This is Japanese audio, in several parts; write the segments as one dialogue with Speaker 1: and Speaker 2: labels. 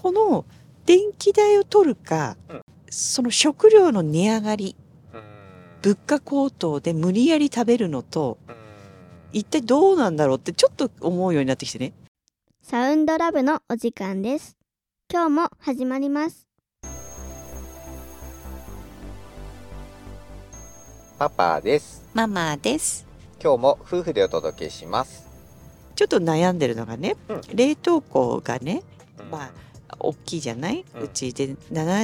Speaker 1: この電気代を取るか、その食料の値上がり、物価高騰で無理やり食べるのと、一体どうなんだろうってちょっと思うようになってきてね。
Speaker 2: サウンドラブのお時間です。今日も始まります。
Speaker 3: パパです。
Speaker 1: ママです。
Speaker 3: 今日も夫婦でお届けします。
Speaker 1: ちょっと悩んでるのがね、冷凍庫がね、大きいじゃない、うちで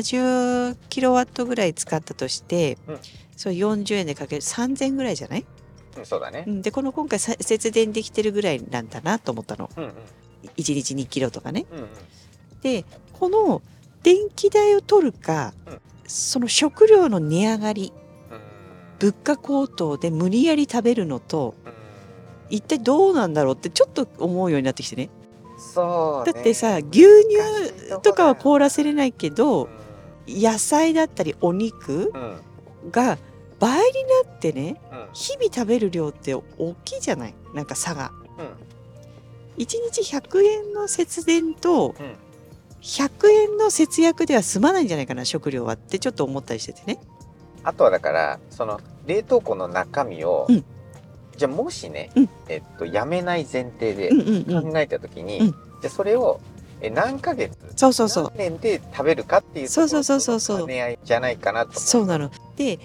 Speaker 1: 70キロワットぐらい使ったとして、それ40円でかける3000円ぐらいじゃない？
Speaker 3: そうだね。
Speaker 1: で今回節電できてるぐらいなんだなと思ったの。1日2キロとかね。でこの電気代を取るか、その食料の値上がり、物価高騰で無理やり食べるのと、一体どうなんだろうってちょっと思うようになってきてね。
Speaker 3: そうね。
Speaker 1: だってさ、牛乳とかは凍らせれないけど、野菜だったりお肉が倍になってね、日々食べる量って大きいじゃない、なんか差が。1日100円の節電と100円の節約では済まないんじゃないかな、食料はってちょっと思ったりしててね。あ
Speaker 3: とはだからその冷凍庫の中身を、じゃあもしね、やめない前提で考えた時に、じゃあそれを何ヶ月、何年で食べるかっていうところの兼ね合いじゃないかなと思う。そうなの。で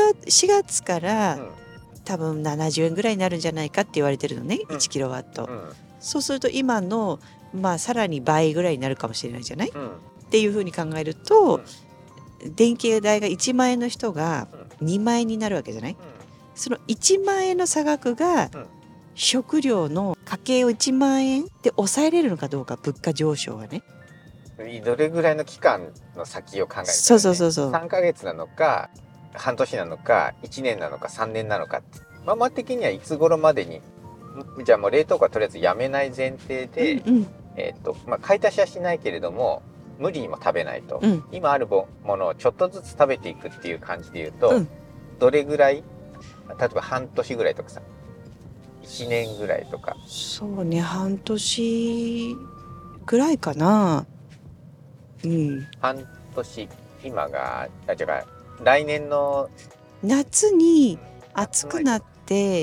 Speaker 3: 4月から、多分70円ぐらいになるんじゃないかって言われてるのね、1キロワット。そうすると今のさらに倍ぐらいになるかもしれないじゃない、っていうふうに考えると、電気代が1万円の人が2万円になるわけじゃない、その1万円の差額が、食料の家計を1万円で抑えれるのかどうか、物価上昇がね。 どれぐらいの期間の先を考えるか、ね、3ヶ月なのか半年なのか1年なのか3年なのかって、ママ的にはいつ頃までに、じゃあもう冷凍庫はとりあえずやめない前提で、買い足しはしないけれども無理にも食べないと、今あるものをちょっとずつ食べていくっていう感じで言うと、どれぐらい、例えば半年ぐらいとかさ、1年ぐらいとか。
Speaker 1: そうね、半年ぐらいかな。
Speaker 3: 半年、今が来年の
Speaker 1: 夏に暑くなって、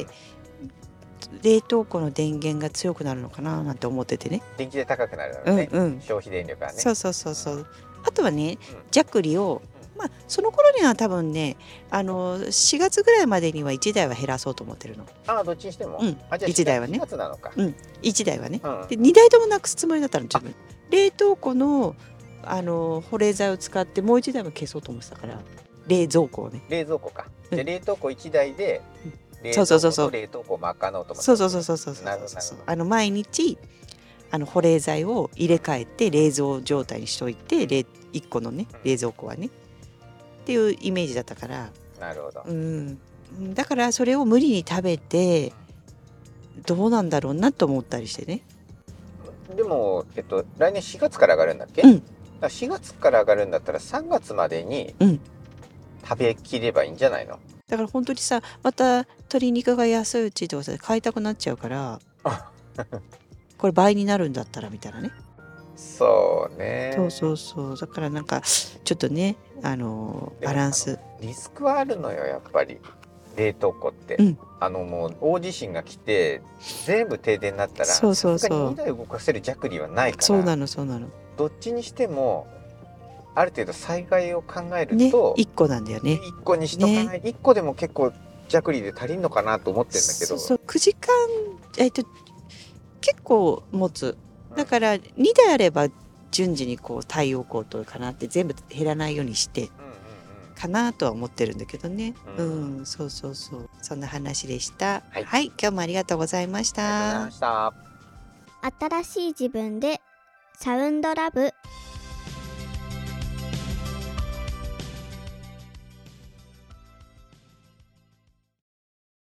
Speaker 1: 冷凍庫の電源が強くなるのかななんて思っててね。
Speaker 3: 電気代高くなるだろうね、消費電力がね。あとはね、弱利をその頃には多分ね、4月ぐらいまでには1台は減らそうと思ってるの。 どっちにしても、
Speaker 1: じゃあ1台はね、
Speaker 3: 4月なのか、
Speaker 1: 1台はね、で2台ともなくすつもりだったの、自分。冷凍庫の保冷剤を使ってもう1台は消そうと思ってたから、冷蔵庫をね。
Speaker 3: 冷蔵庫か。じゃあ冷凍庫1台で冷凍庫を賄おうと思って。
Speaker 1: そう。毎日保冷剤を入れ替えて冷蔵状態にしといて、1個のね冷蔵庫はねっていうイメージだったから。
Speaker 3: なるほど。
Speaker 1: だからそれを無理に食べてどうなんだろうなと思ったりしてね。
Speaker 3: でも、来年4月から上がるんだっけ、4月から上がるんだったら3月までに食べきればいいんじゃないの。
Speaker 1: だから本当にさ、また鶏肉が安いうちとかさ買いたくなっちゃうからこれ倍になるんだったらみたいなね。
Speaker 3: そうね。
Speaker 1: そうだからなんかちょっとね、バランス
Speaker 3: リスクはあるのよ、やっぱり冷凍庫って。もう大地震が来て全部停電になったら、さすがに2台動かせる弱利はないから。そうなの。どっちにしてもある程度災害を考えると、
Speaker 1: 1個なんだよね。
Speaker 3: 1個にしとかない、1個でも結構弱利で足りんのかなと思ってるんだけど。
Speaker 1: 9時間、結構持つ。だから2台あれば順次に対応こうとかなって、全部減らないようにしてかなとは思ってるんだけどね。そう。そんな話でした。はい、今日もありがとうございました。
Speaker 2: 新しい自分でサウンドラブ。